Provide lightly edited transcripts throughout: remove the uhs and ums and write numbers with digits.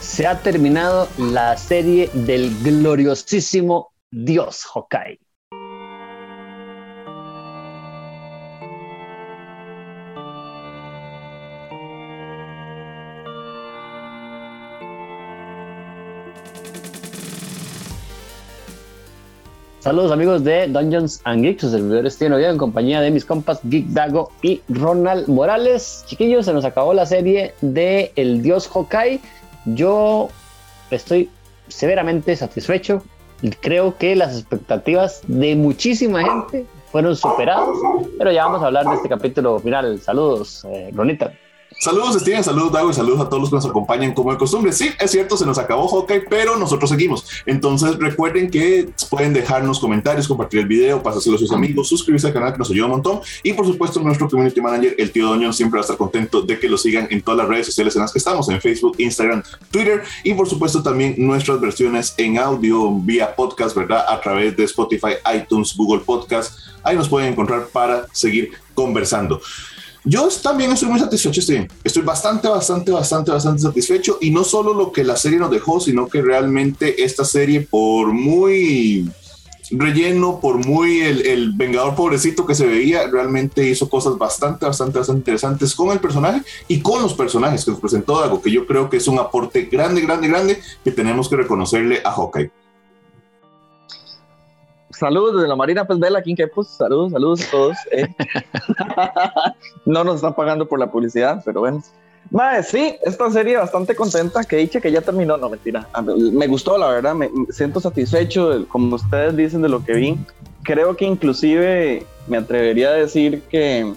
Se ha terminado la serie del gloriosísimo Dios Hawkeye. Saludos amigos de Dungeons and Geeks, su servidor Steven Oviedo en compañía de mis compas Geek Dago y Ronald Morales. Chiquillos, se nos acabó la serie de El Dios Hawkeye. Yo estoy severamente satisfecho. Creo que las expectativas de muchísima gente fueron superadas, pero ya vamos a hablar de este capítulo final. Saludos, Ronita. Saludos Steven, saludos Dago y saludos a todos los que nos acompañan como de costumbre. Sí, es cierto, se nos acabó Hawkeye, pero nosotros seguimos. Entonces recuerden que pueden dejarnos comentarios, compartir el video, pasárselo a sus amigos, suscribirse al canal que nos ayuda un montón. Y por supuesto nuestro community manager, el tío Doño, siempre va a estar contento de que lo sigan en todas las redes sociales en las que estamos, en Facebook, Instagram, Twitter y por supuesto también nuestras versiones en audio vía podcast, ¿verdad? A través de Spotify, iTunes, Google Podcast. Ahí nos pueden encontrar para seguir conversando. Yo también estoy muy satisfecho, Steven. Estoy bastante satisfecho, y no solo lo que la serie nos dejó, sino que realmente esta serie, por muy relleno, por muy el vengador pobrecito que se veía, realmente hizo cosas bastante interesantes con el personaje y con los personajes que nos presentó Dago, que yo creo que es un aporte grande que tenemos que reconocerle a Hawkeye. Saludos desde la Marina Pez Vela, aquí en Quepos. Saludos a todos. No nos están pagando por la publicidad, pero bueno. Mae, sí, esta serie bastante contenta, que dicha que ya terminó. No, mentira. Me gustó, la verdad, me siento satisfecho, como ustedes dicen, de lo que vi. Creo que inclusive me atrevería a decir que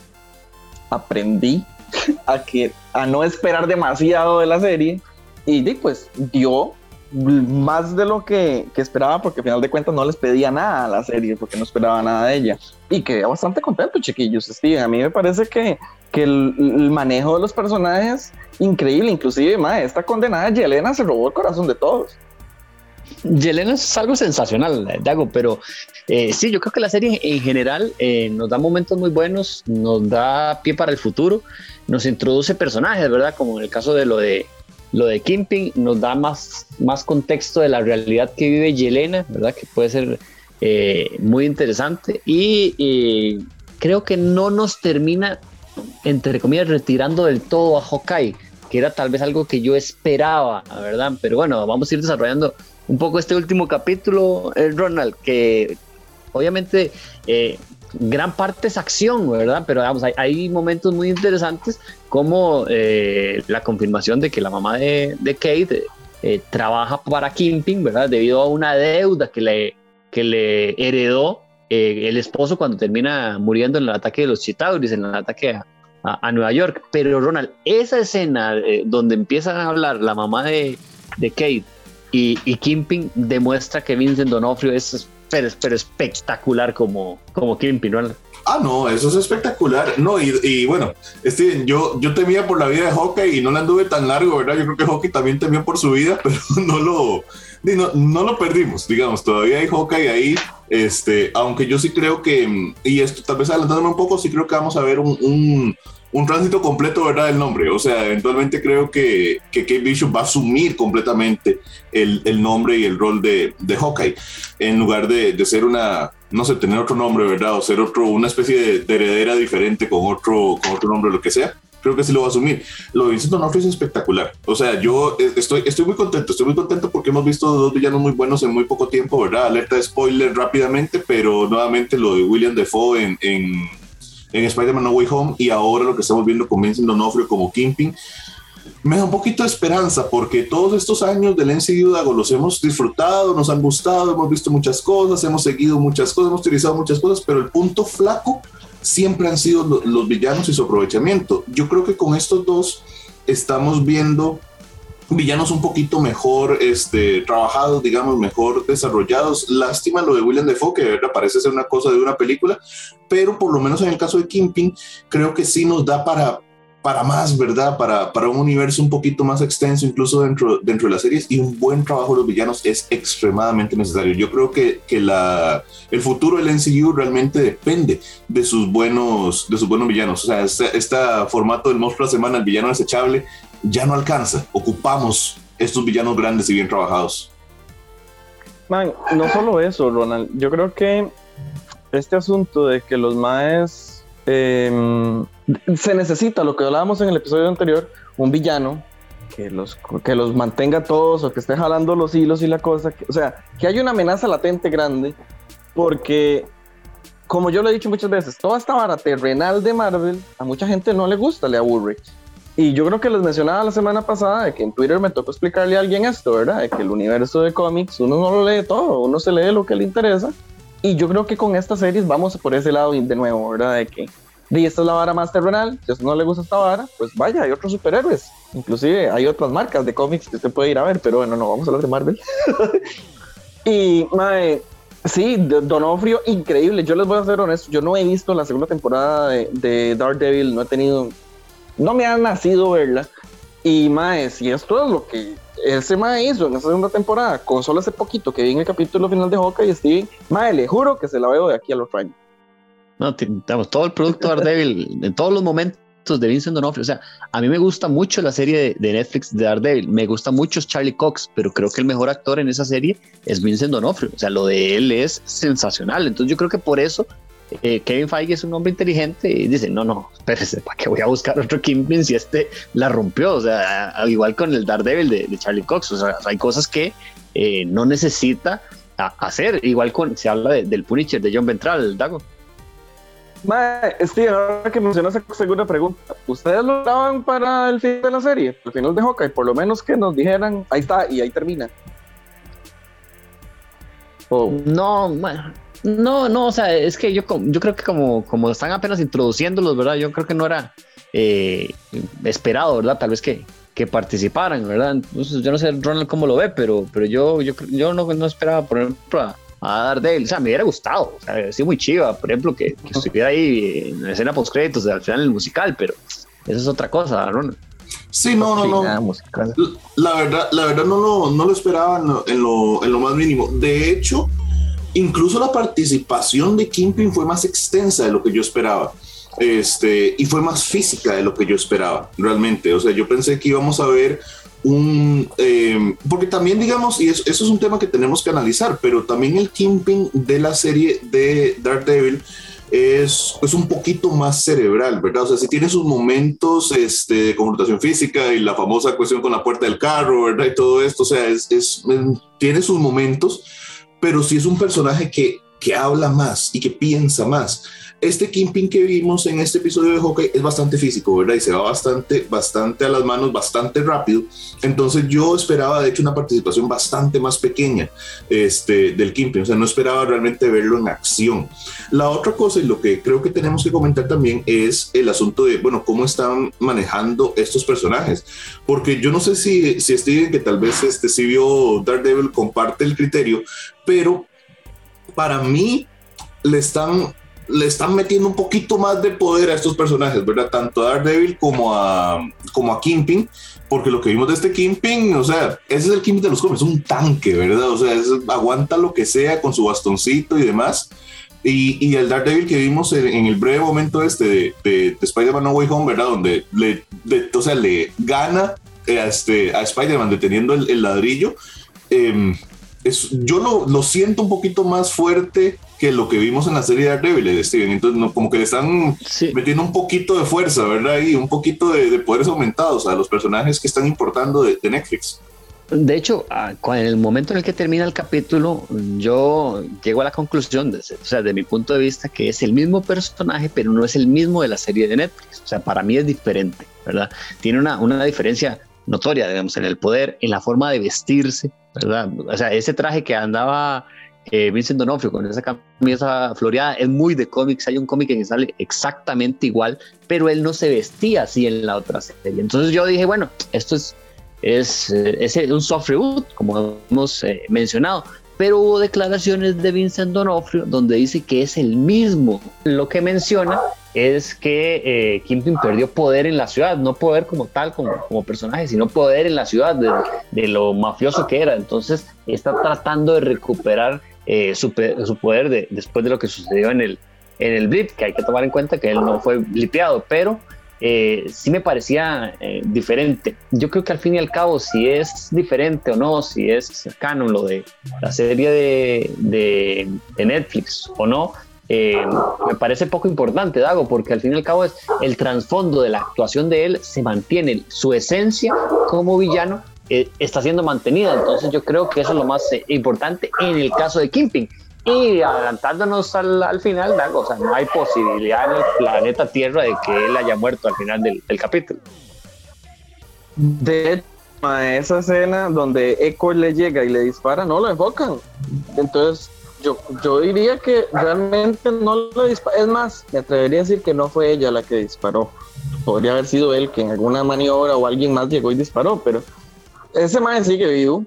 aprendí a no esperar demasiado de la serie, y pues dio más de lo que esperaba, porque al final de cuentas no les pedía nada a la serie, porque no esperaba nada de ella, y quedé bastante contento, chiquillos. Steven, a mí me parece que el manejo de los personajes, increíble. Inclusive, esta condenada Yelena se robó el corazón de todos. Yelena es algo sensacional, Dago, pero sí, yo creo que la serie en general nos da momentos muy buenos, nos da pie para el futuro, nos introduce personajes, ¿verdad? Como en el caso de lo de Kingpin, nos da más contexto de la realidad que vive Yelena, ¿verdad? Que puede ser muy interesante, y creo que no nos termina, entre comillas, retirando del todo a Hawkeye, que era tal vez algo que yo esperaba, ¿verdad? Pero bueno, vamos a ir desarrollando un poco este último capítulo, Ronald, que obviamente gran parte es acción, ¿verdad? Pero digamos, hay momentos muy interesantes, como la confirmación de que la mamá de Kate trabaja para Kingpin, ¿verdad? Debido a una deuda que le heredó el esposo cuando termina muriendo en el ataque de los Chitauris, en el ataque a Nueva York. Pero Ronald, esa escena donde empiezan a hablar la mamá de Kate y Kingpin, demuestra que Vincent D'Onofrio es pero espectacular como Kingpin, ¿no? No, eso es espectacular. No, y bueno, Steven, yo temía por la vida de Hawkeye y no la anduve tan largo, ¿verdad? Yo creo que Hawkeye también temió por su vida, pero no lo perdimos, digamos. Todavía hay Hawkeye ahí, aunque yo sí creo que, y esto tal vez adelantándome un poco, sí creo que vamos a ver un tránsito completo, ¿verdad? Del nombre. O sea, eventualmente creo que Kate Bishop va a asumir completamente el nombre y el rol de Hawkeye, en lugar de ser tener otro nombre, ¿verdad? O ser una especie de heredera diferente con otro nombre, lo que sea. Creo que sí lo va a asumir. Lo de Vincent D'Onofrio es espectacular. O sea, yo estoy muy contento porque hemos visto dos villanos muy buenos en muy poco tiempo, ¿verdad? Alerta de spoiler rápidamente, pero nuevamente lo de William Dafoe en Spider-Man No Way Home, y ahora lo que estamos viendo con Vincent D'Onofrio como Kingpin, me da un poquito de esperanza, porque todos estos años del MCU, Dago, los hemos disfrutado, nos han gustado, hemos visto muchas cosas, hemos seguido muchas cosas, hemos utilizado muchas cosas, pero el punto flaco siempre han sido los villanos y su aprovechamiento. Yo creo que con estos dos estamos viendo villanos un poquito mejor trabajados, digamos, mejor desarrollados. Lástima lo de William Dafoe, que de verdad parece ser una cosa de una película, pero por lo menos en el caso de Kingpin creo que sí nos da para más, ¿verdad? Para un universo un poquito más extenso, incluso dentro de las series, y un buen trabajo de los villanos es extremadamente necesario. Yo creo que el futuro del MCU realmente depende de sus buenos villanos. O sea, este formato del monstruo de la semana, el villano desechable, ya no alcanza. Ocupamos estos villanos grandes y bien trabajados. Man, no solo eso, Ronald. Yo creo que este asunto de que los maes se necesita, lo que hablábamos en el episodio anterior, un villano que los mantenga todos o que esté jalando los hilos y la cosa, o sea, que haya una amenaza latente grande, porque como yo lo he dicho muchas veces, toda esta vara terrenal de Marvel a mucha gente no le gusta, le aburre. Y yo creo que les mencionaba la semana pasada de que en Twitter me tocó explicarle a alguien esto, ¿verdad? De que el universo de cómics uno no lo lee todo, uno se lee lo que le interesa. Y yo creo que con estas series vamos por ese lado de nuevo, ¿verdad? De que esta es la vara más terrenal, si a usted no le gusta esta vara, pues vaya, hay otros superhéroes. Inclusive hay otras marcas de cómics que usted puede ir a ver, pero bueno, no, vamos a hablar de Marvel. Y, mae, sí, D'Onofrio, increíble. Yo les voy a ser honesto, yo no he visto la segunda temporada de Daredevil, no me ha nacido verla. Y, mae, si esto es lo que ese mae hizo en esa segunda temporada, con solo ese poquito que vi en el capítulo final de Hawkeye, Steven, mae, le juro que se la veo de aquí a los años. No, tenemos todo el producto Daredevil en todos los momentos de Vincent D'Onofrio. O sea, a mí me gusta mucho la serie de Netflix de Daredevil, me gusta mucho Charlie Cox, pero creo que el mejor actor en esa serie es Vincent D'Onofrio. O sea, lo de él es sensacional. Entonces yo creo que por eso Kevin Feige es un hombre inteligente y dice, no, espérese, ¿para qué voy a buscar otro Kingpin si este la rompió? O sea, igual con el Daredevil de Charlie Cox. O sea, hay cosas que no necesita hacer. Igual se habla del Punisher de John Ventral, Dago. Steve, ahora que mencionas esa segunda pregunta, ¿ustedes lo graban para el final de la serie? El final de Hawkeye, por lo menos que nos dijeran, ahí está y ahí termina. No, o sea, es que yo creo que como están apenas introduciéndolos, ¿verdad? Yo creo que no era esperado, ¿verdad? Tal vez que participaran, ¿verdad? Entonces, yo no sé Ronald cómo lo ve, pero yo no esperaba, por ejemplo, a Daredevil. O sea, me hubiera gustado, o sea, sí, muy chiva, por ejemplo, que estuviera ahí en la escena post créditos al final del musical, pero eso es otra cosa, Ronald. Sí, no. La verdad no lo esperaba en lo más mínimo. De hecho, incluso la participación de Kingpin fue más extensa de lo que yo esperaba. Y fue más física de lo que yo esperaba, realmente. O sea, yo pensé que íbamos a ver porque también, digamos, y eso es un tema que tenemos que analizar, pero también el Kingpin de la serie de Daredevil es un poquito más cerebral, ¿verdad? O sea, sí tiene sus momentos de confrontación física y la famosa cuestión con la puerta del carro, ¿verdad? Y todo esto, o sea, tiene sus momentos, pero sí es un personaje que habla más y que piensa más. Este Kingpin que vimos en este episodio de Hawkeye es bastante físico, ¿verdad? Y se va bastante a las manos, bastante rápido. Entonces yo esperaba, de hecho, una participación bastante más pequeña del Kingpin. O sea, no esperaba realmente verlo en acción. La otra cosa, y lo que creo que tenemos que comentar también, es el asunto de, bueno, cómo están manejando estos personajes. Porque yo no sé si Steven, que tal vez sí vio Daredevil, comparte el criterio, pero para mí le están metiendo un poquito más de poder a estos personajes, ¿verdad? Tanto a Daredevil como a Kingpin, porque lo que vimos de este Kingpin, o sea, ese es el Kingpin de los cómics, es un tanque, ¿verdad? O sea, aguanta lo que sea con su bastoncito y demás. Y el Daredevil que vimos en el breve momento de Spider-Man No Way Home, ¿verdad? Donde le gana a Spider-Man deteniendo el ladrillo. Yo lo siento un poquito más fuerte que lo que vimos en la serie de Daredevil, Steven. Entonces, como que le están metiendo un poquito de fuerza, ¿verdad? Y un poquito de poderes aumentados a los personajes que están importando de Netflix. De hecho, en el momento en el que termina el capítulo, yo llego a la conclusión, de mi punto de vista, que es el mismo personaje, pero no es el mismo de la serie de Netflix. O sea, para mí es diferente, ¿verdad? Tiene una diferencia notoria, digamos, en el poder, en la forma de vestirse, ¿verdad? O sea, ese traje que andaba Vincent D'Onofrio con esa camisa floreada es muy de cómics. Hay un cómic que sale exactamente igual, pero él no se vestía así en la otra serie. Entonces yo dije, bueno, esto es un soft reboot, como hemos mencionado, pero hubo declaraciones de Vincent D'Onofrio donde dice que es el mismo. Lo que menciona es que Kingpin perdió poder en la ciudad, no poder como tal, como personaje, sino poder en la ciudad de lo mafioso que era. Entonces está tratando de recuperar su poder después de lo que sucedió en el blip, que hay que tomar en cuenta que él no fue blipeado, pero sí me parecía diferente. Yo creo que al fin y al cabo, si es diferente o no, si es canon lo de la serie de Netflix o no, me parece poco importante, Dago, porque al fin y al cabo es el trasfondo de la actuación de él, se mantiene, su esencia como villano está siendo mantenida. Entonces yo creo que eso es lo más importante en el caso de Kingpin. Y adelantándonos al final, Dago, o sea, no hay posibilidad en el planeta Tierra de que él haya muerto al final del capítulo. De hecho, esa escena donde Echo le llega y le dispara, no lo enfocan. Entonces, yo diría que realmente no lo disparó. Es más, me atrevería a decir que no fue ella la que disparó. Podría haber sido él que en alguna maniobra o alguien más llegó y disparó, pero ese mae sigue vivo.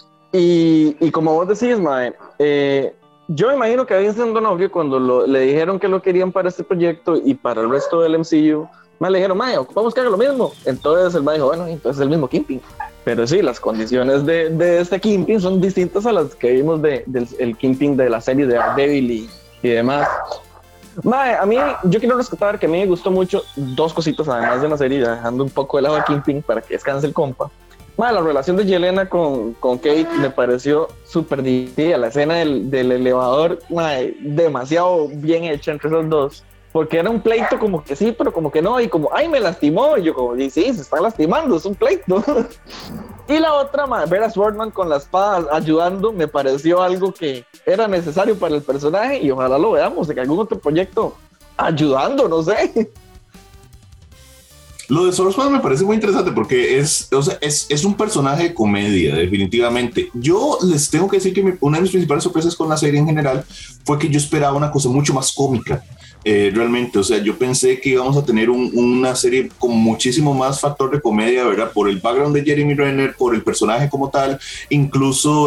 Y como vos decís, mae, yo me imagino que a Vincent D'Onofrio, cuando le dijeron que lo querían para este proyecto y para el resto del MCU, le dijeron, mae, ocupamos que haga lo mismo. Entonces el mae dijo, bueno, entonces el mismo Kingpin. Pero sí, las condiciones de este Kingpin son distintas a las que vimos del Kingpin de la serie de Daredevil y demás. Mae, a mí, yo quiero rescatar que a mí me gustó mucho dos cositas, además de la serie, dejando un poco de lado a Kingpin para que descanse el compa. La relación de Yelena con Kate me pareció súper divertida. La escena del elevador, demasiado bien hecha entre esos dos. Porque era un pleito como que sí, pero como que no. Y como, ay, me lastimó. Y yo como, sí, se está lastimando, es un pleito. Y la otra, ver a Swordman con la espada ayudando, me pareció algo que era necesario para el personaje. Y ojalá lo veamos en algún otro proyecto ayudando, no sé. Lo de Swordsman me parece muy interesante porque es un personaje de comedia, definitivamente. Yo les tengo que decir que una de mis principales sorpresas con la serie en general fue que yo esperaba una cosa mucho más cómica, realmente. O sea, yo pensé que íbamos a tener una serie con muchísimo más factor de comedia, ¿verdad? Por el background de Jeremy Renner, por el personaje como tal, incluso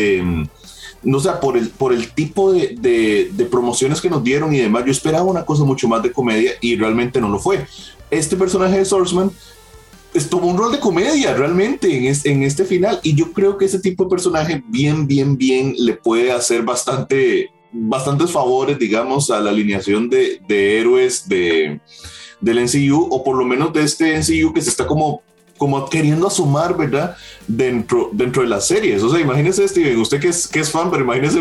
no sé, por el tipo de promociones que nos dieron y demás. Yo esperaba una cosa mucho más de comedia y realmente no lo fue. Este personaje de Swordsman tomó un rol de comedia realmente en este final, y yo creo que ese tipo de personaje bien le puede hacer bastantes favores, digamos, a la alineación de héroes del MCU, o por lo menos de este MCU que se está como queriendo asomar, ¿verdad? Dentro de las series. O sea, imagínese, Steven, usted que es fan, pero imagínese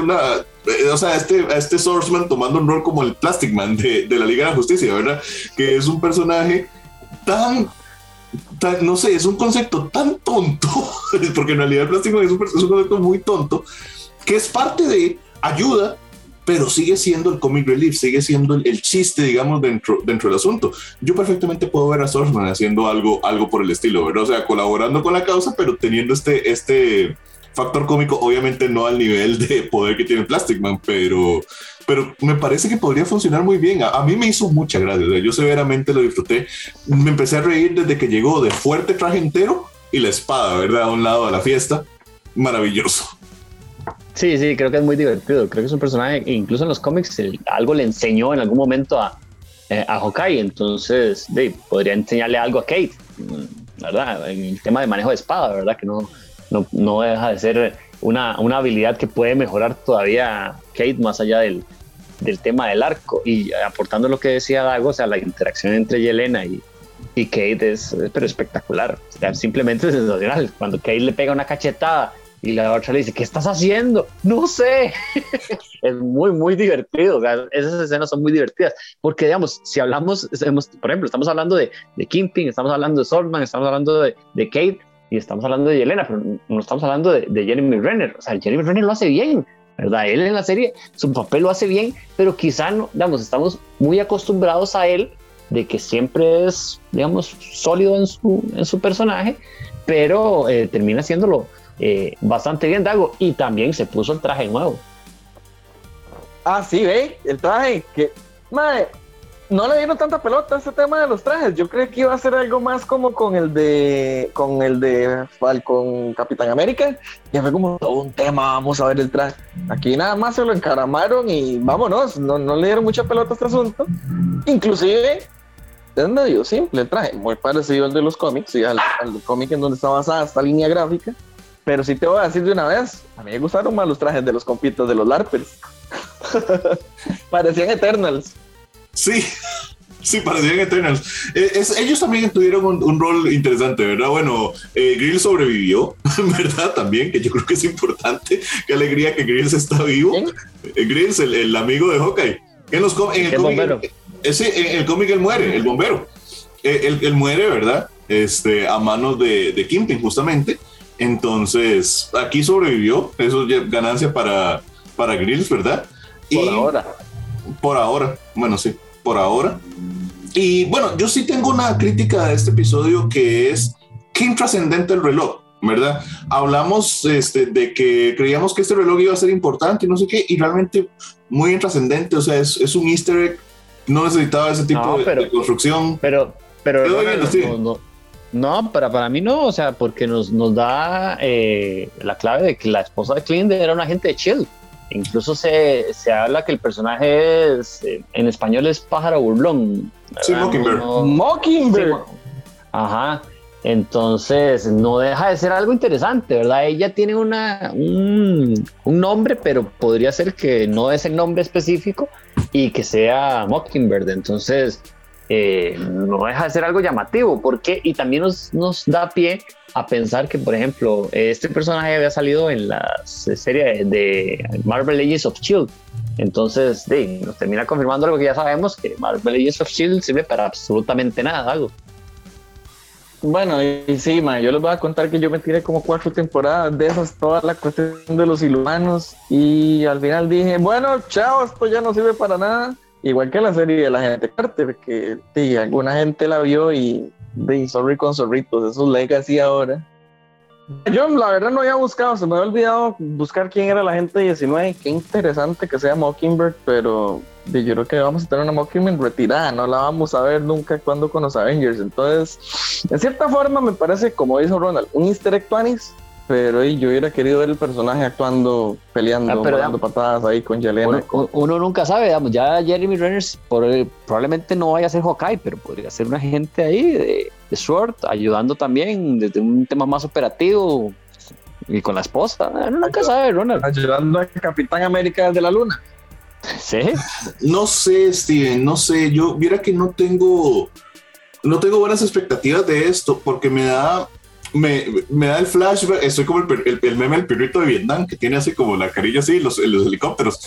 a este Swordsman tomando un rol como el Plastic Man de la Liga de la Justicia, ¿verdad? Que es un personaje tan no sé, es un concepto tan tonto, porque en realidad el Plastic Man es un concepto muy tonto, que es parte de ayuda, pero sigue siendo el comic relief, sigue siendo el chiste, digamos, dentro del asunto. Yo perfectamente puedo ver a Swordsman haciendo algo por el estilo, ¿verdad? O sea, colaborando con la causa, pero teniendo este factor cómico, obviamente no al nivel de poder que tiene Plastic Man, pero me parece que podría funcionar muy bien. A mí me hizo mucha gracia, o sea, yo severamente lo disfruté. Me empecé a reír desde que llegó de fuerte traje entero y la espada, ¿verdad? A un lado de la fiesta. Maravilloso. Sí, creo que es muy divertido. Creo que es un personaje, incluso en los cómics, algo le enseñó en algún momento a Hawkeye. Entonces, podría enseñarle algo a Kate, ¿verdad? En el tema de manejo de espada, ¿verdad? Que no deja de ser una habilidad que puede mejorar todavía Kate más allá del tema del arco. Y aportando lo que decía Dago, o sea, la interacción entre Yelena y Kate es pero espectacular. O sea, simplemente sensacional. Cuando Kate le pega una cachetada y la otra le dice, ¿qué estás haciendo? No sé. Es muy divertido. O sea, esas escenas son muy divertidas. Porque, digamos, si hablamos, por ejemplo, estamos hablando de Kingpin, estamos hablando de Swordsman, estamos hablando de Kate y estamos hablando de Yelena, pero no estamos hablando de Jeremy Renner. O sea, Jeremy Renner lo hace bien, ¿verdad? Él en la serie, su papel lo hace bien, pero quizá, digamos, estamos muy acostumbrados a él, de que siempre es, digamos, sólido en su personaje, pero termina haciéndolo bastante bien, Dago, y también se puso el traje nuevo. Ah, sí, el traje que, madre, no le dieron tanta pelota a este tema de los trajes. Yo creí que iba a ser algo más como con el de Falcon Capitán América, y fue como todo un tema, vamos a ver el traje. Aquí nada más se lo encaramaron y vámonos, no le dieron mucha pelota a este asunto. Inclusive es medio simple el traje, muy parecido al de los cómics, y al cómic en donde está basada esta línea gráfica. Pero sí te voy a decir de una vez, a mí me gustaron más los trajes de los compitos de los LARPers. Parecían Eternals. Sí, Sí, parecían Eternals. Ellos también tuvieron un rol interesante, ¿verdad? Bueno, Grill sobrevivió, ¿verdad? También, que yo creo que es importante. Qué alegría que Grills está vivo. Grills, el amigo de Hawkeye. En el cómic, en el cómic él muere, el bombero. Él muere, ¿verdad? A manos de Kingpin, justamente. Entonces, aquí sobrevivió. Eso es ganancia para Grills, ¿verdad? Por ahora. Bueno, sí, por ahora. Y bueno, yo sí tengo una crítica de este episodio que es qué intrascendente el reloj, ¿verdad? Hablamos de que creíamos que este reloj iba a ser importante y no sé qué, y realmente muy intrascendente, o sea, es un easter egg, no necesitaba ese tipo de construcción. Pero no, para mí no, o sea, porque nos da la clave de que la esposa de Clint era un agente de S.H.I.E.L.D. Incluso se habla que el personaje en español es pájaro burlón. Sí, Mockingbird. Mockingbird. Sí, ajá. Entonces, no deja de ser algo interesante, ¿verdad? Ella tiene un nombre, pero podría ser que no es el nombre específico y que sea Mockingbird. Entonces, no deja de ser algo llamativo, porque y también nos da pie a pensar que, por ejemplo, este personaje había salido en la serie de Marvel Legends of S.H.I.E.L.D. Entonces, nos termina confirmando algo que ya sabemos, que Marvel Legends of S.H.I.E.L.D. sirve para absolutamente nada, algo. Bueno, y sí, yo les voy a contar que yo me tiré como 4 temporadas de esas, toda la cuestión de los Ilhumanos, y al final dije, bueno, chao, esto ya no sirve para nada. Igual que la serie de la gente Carter, que alguna gente la vio y sorry con zorritos, eso es legacy ahora. Yo la verdad no había buscado, se me había olvidado buscar quién era la gente 19, qué interesante que sea Mockingbird, pero yo creo que vamos a tener una Mockingbird retirada, no la vamos a ver nunca cuando con los Avengers, entonces en cierta forma me parece, como dijo Ronald, un easter egg tuanis, pero yo hubiera querido ver el personaje actuando, peleando, dando patadas ahí con Yelena. Uno nunca sabe, digamos, ya Jeremy Renner probablemente no vaya a ser Hawkeye, pero podría ser un agente ahí de SWORD, ayudando también desde un tema más operativo y con la esposa. Uno nunca sabe, Ronald. Ayudando a Capitán América desde la luna. Sí. No sé, Steven, no sé, yo viera que no tengo buenas expectativas de esto, porque me da el flashback, estoy como el meme del perrito de Vietnam, que tiene así como la carilla así, los helicópteros.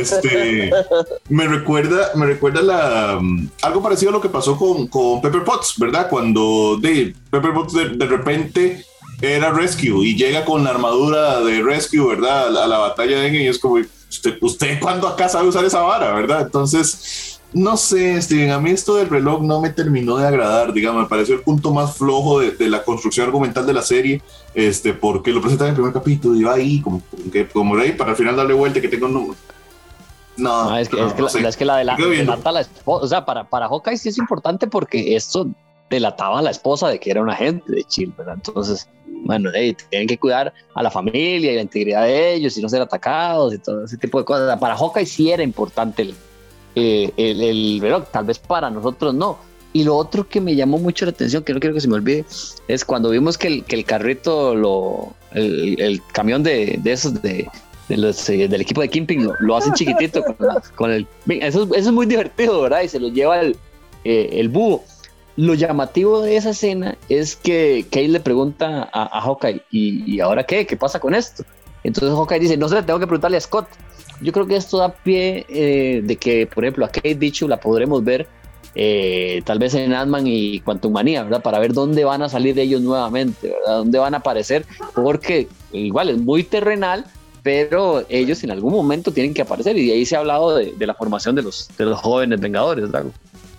Me recuerda algo parecido a lo que pasó con Pepper Potts, ¿verdad? Cuando Pepper Potts de repente era Rescue y llega con la armadura de Rescue, ¿verdad? A la batalla de Endgame, y es como, ¿usted cuándo acá sabe usar esa vara, verdad? Entonces, no sé, Steven, a mí esto del reloj no me terminó de agradar, digamos, me pareció el punto más flojo de la construcción argumental de la serie, porque lo presentan en el primer capítulo y va ahí, como ahí, para al final darle vuelta y que tenga un número. No, es que la delata a la esposa, o sea, para Hawkeye sí es importante porque esto delataba a la esposa de que era un agente de S.H.I.E.L.D., ¿verdad? Entonces, bueno, tienen que cuidar a la familia y la integridad de ellos y no ser atacados y todo ese tipo de cosas. Para Hawkeye sí era importante el reloj, tal vez para nosotros no. Y lo otro que me llamó mucho la atención, que no quiero que se me olvide, es cuando vimos que el carrito, el camión de esos del equipo de Kingpin lo hacen chiquitito con el eso es muy divertido, ¿verdad? Y se lo lleva el búho. Lo llamativo de esa escena es que Kate le pregunta a Hawkeye, ¿y ahora qué? ¿Qué pasa con esto? Entonces Hawkeye dice, no sé, tengo que preguntarle a Scott. Yo creo que esto da pie de que, por ejemplo, a Kate Bishop la podremos ver tal vez en Ant-Man y Quantum Manía, ¿verdad? Para ver dónde van a salir ellos nuevamente, ¿verdad? Dónde van a aparecer, porque igual es muy terrenal, pero ellos en algún momento tienen que aparecer, y de ahí se ha hablado de la formación de los jóvenes Vengadores, Drago.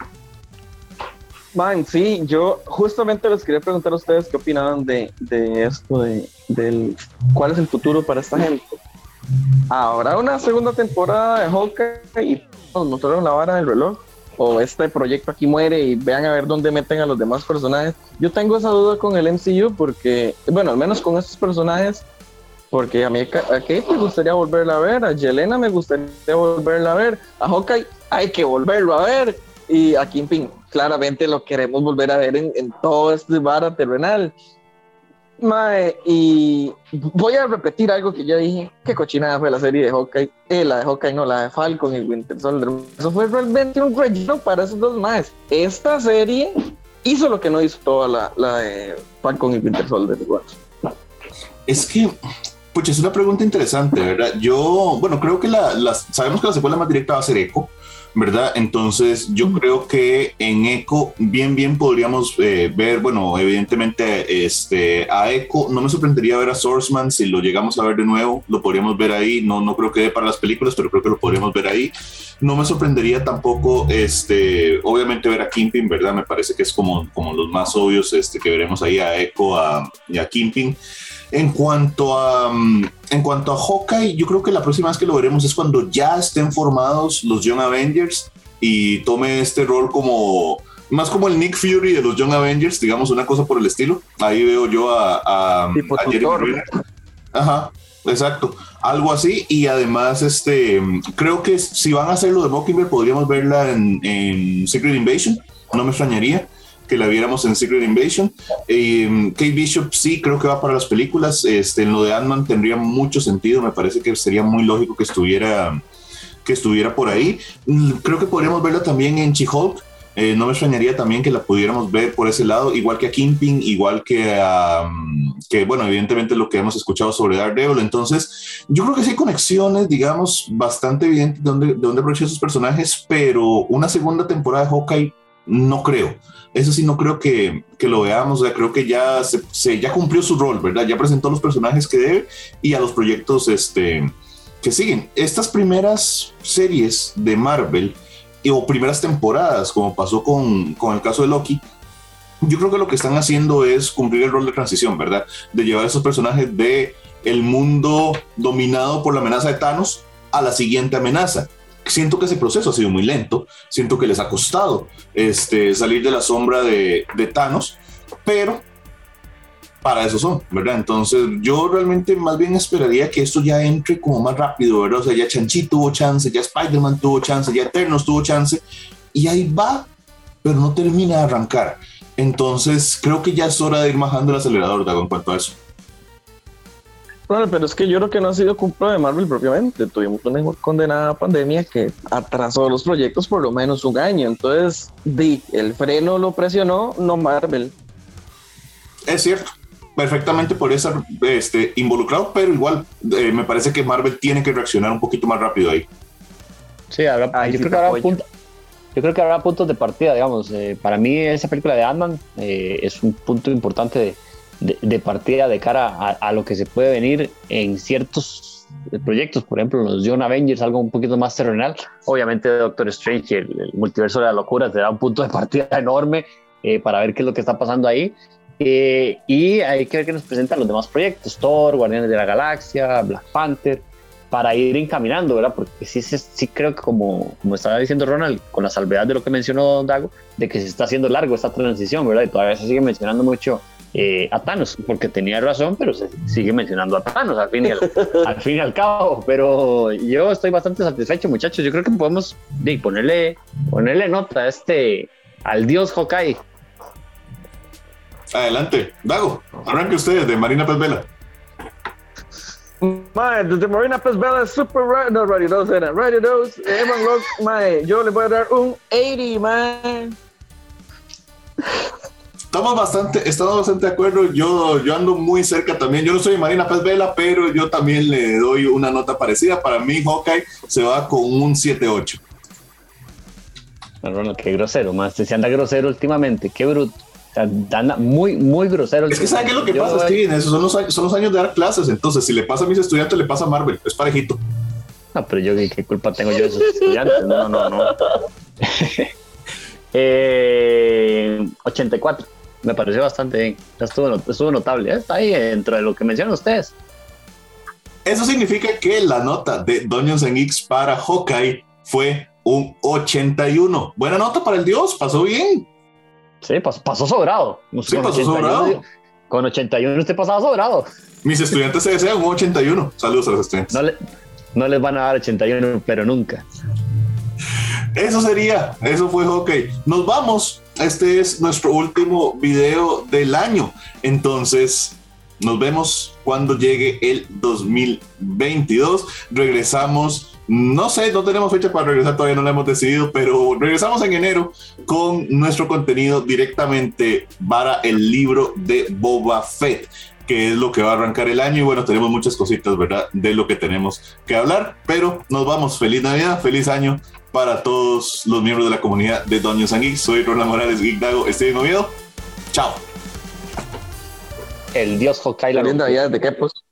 Man, sí, yo justamente les quería preguntar a ustedes qué opinaban de esto, del cuál es el futuro para esta gente. ¿Habrá una segunda temporada de Hawkeye y nos mostraron la vara del reloj? ¿O este proyecto aquí muere y vean a ver dónde meten a los demás personajes? Yo tengo esa duda con el MCU porque, bueno, al menos con estos personajes, porque a mí a Kate me gustaría volverla a ver, a Yelena me gustaría volverla a ver, a Hawkeye hay que volverlo a ver, y a Kingpin claramente lo queremos volver a ver en todo este vara terrenal. Mae, y voy a repetir algo que ya dije. Qué cochinada fue la serie de Hawkeye. La de Hawkeye, no, la de Falcon y Winter Soldier. Eso fue realmente un relleno para esos dos maes. Esta serie hizo lo que no hizo toda la de Falcon y Winter Soldier. Es que, pucha, es una pregunta interesante, ¿verdad? Bueno, creo que sabemos que la secuela más directa va a ser Echo, ¿verdad? Entonces yo creo que en Echo bien podríamos ver, bueno, evidentemente a Echo. No me sorprendería ver a Swordsman si lo llegamos a ver de nuevo, lo podríamos ver ahí. No creo que dé para las películas, pero creo que lo podríamos ver ahí. No me sorprendería tampoco, obviamente ver a Kingpin, ¿verdad? Me parece que es como los más obvios que veremos ahí, a Echo y a Kingpin. En cuanto a Hawkeye, yo creo que la próxima vez que lo veremos es cuando ya estén formados los Young Avengers y tome este rol más como el Nick Fury de los Young Avengers, digamos, una cosa por el estilo. Ahí veo yo a Jeremy Renner. Ajá, exacto, algo así. Y además, creo que si van a hacer lo de Mockingbird, podríamos verla en Secret Invasion. No me extrañaría que la viéramos en Secret Invasion. Kate Bishop sí creo que va para las películas. En lo de Ant-Man tendría mucho sentido. Me parece que sería muy lógico que estuviera por ahí. Creo que podríamos verla también en She-Hulk. No me extrañaría también que la pudiéramos ver por ese lado, igual que a Kingpin, igual que bueno, evidentemente lo que hemos escuchado sobre Daredevil. Entonces yo creo que sí hay conexiones, digamos, bastante evidentes de dónde aprovechar esos personajes, pero una segunda temporada de Hawkeye no creo. Eso sí, no creo que lo veamos. O sea, creo que ya ya cumplió su rol, ¿verdad? Ya presentó los personajes que debe y a los proyectos que siguen. Estas primeras series de Marvel o primeras temporadas, como pasó con el caso de Loki, yo creo que lo que están haciendo es cumplir el rol de transición, ¿verdad? De llevar a esos personajes de el mundo dominado por la amenaza de Thanos a la siguiente amenaza. Siento que ese proceso ha sido muy lento, siento que les ha costado salir de la sombra de Thanos, pero para eso son, ¿verdad? Entonces yo realmente más bien esperaría que esto ya entre como más rápido, ¿verdad? O sea, ya Shang-Chi tuvo chance, ya Spider-Man tuvo chance, ya Eternals tuvo chance, y ahí va, pero no termina de arrancar. Entonces creo que ya es hora de ir bajando el acelerador, Dago, en cuanto a eso. Bueno, pero es que yo creo que no ha sido culpa de Marvel propiamente. Tuvimos una condenada pandemia que atrasó los proyectos por lo menos un año. Entonces, el freno lo presionó, no Marvel. Es cierto, perfectamente por eso involucrado, pero igual me parece que Marvel tiene que reaccionar un poquito más rápido ahí. Sí, yo creo que habrá puntos de partida, digamos. Para mí esa película de Ant-Man es un punto importante de partida de cara a lo que se puede venir en ciertos proyectos, por ejemplo los Young Avengers, algo un poquito más terrenal. Obviamente Doctor Strange, el multiverso de la locura, te da un punto de partida enorme para ver qué es lo que está pasando ahí, y hay que ver qué nos presentan los demás proyectos, Thor, Guardianes de la Galaxia, Black Panther, para ir encaminando, ¿verdad? Porque sí creo que como estaba diciendo Ronald, con la salvedad de lo que mencionó Dago, de que se está haciendo largo esta transición, ¿verdad? Y todavía se sigue mencionando mucho a Thanos, porque tenía razón, pero se sigue mencionando a Thanos al fin y al cabo. Pero yo estoy bastante satisfecho, muchachos. Yo creo que podemos ponerle nota al dios Hawkeye. Adelante, Dago, arranque ustedes de Marina Pez Vela. Desde Marina Pez Vela Super Radio 2 era Radio 2 Evan Rock, yo le voy a dar un 80, man. Estamos bastante de acuerdo. Yo ando muy cerca también. Yo no soy Marina Pez Vela, pero yo también le doy una nota parecida. Para mí, Hawkeye se va con un 7-8. Ronald, qué grosero, más. Se anda grosero últimamente, qué bruto. O sea, anda muy, muy grosero. Es que ¿sabe qué es lo que pasa, Steven? Esos son los años de dar clases. Entonces, si le pasa a mis estudiantes, le pasa a Marvel. Es parejito. No, pero yo, ¿qué culpa tengo yo de esos estudiantes? No. 84. Me pareció bastante bien. Estuvo notable. Está ahí dentro de lo que mencionan ustedes. Eso significa que la nota de Dungeons & Geeks para Hawkeye fue un 81. Buena nota para el dios. Pasó bien. Sí, pasó sobrado. Sí, pasó sobrado. Con 81 usted pasaba sobrado. Mis estudiantes se desean un 81. Saludos a los estudiantes. No les van a dar 81, pero nunca. Eso fue Hawkeye. Nos vamos. Este es nuestro último video del año. Entonces, nos vemos cuando llegue el 2022. Regresamos, no sé, no tenemos fecha para regresar, todavía no la hemos decidido, pero regresamos en enero con nuestro contenido directamente para el libro de Boba Fett, que es lo que va a arrancar el año. Y bueno, tenemos muchas cositas, ¿verdad?, de lo que tenemos que hablar, pero nos vamos. Feliz Navidad, feliz año para todos los miembros de la comunidad de Dungeons & Geeks. Soy Ronald Morales, Geek Dago, Steven Oviedo. Chao. El dios Hawkeye. Feliz Navidad, ¿de qué pues?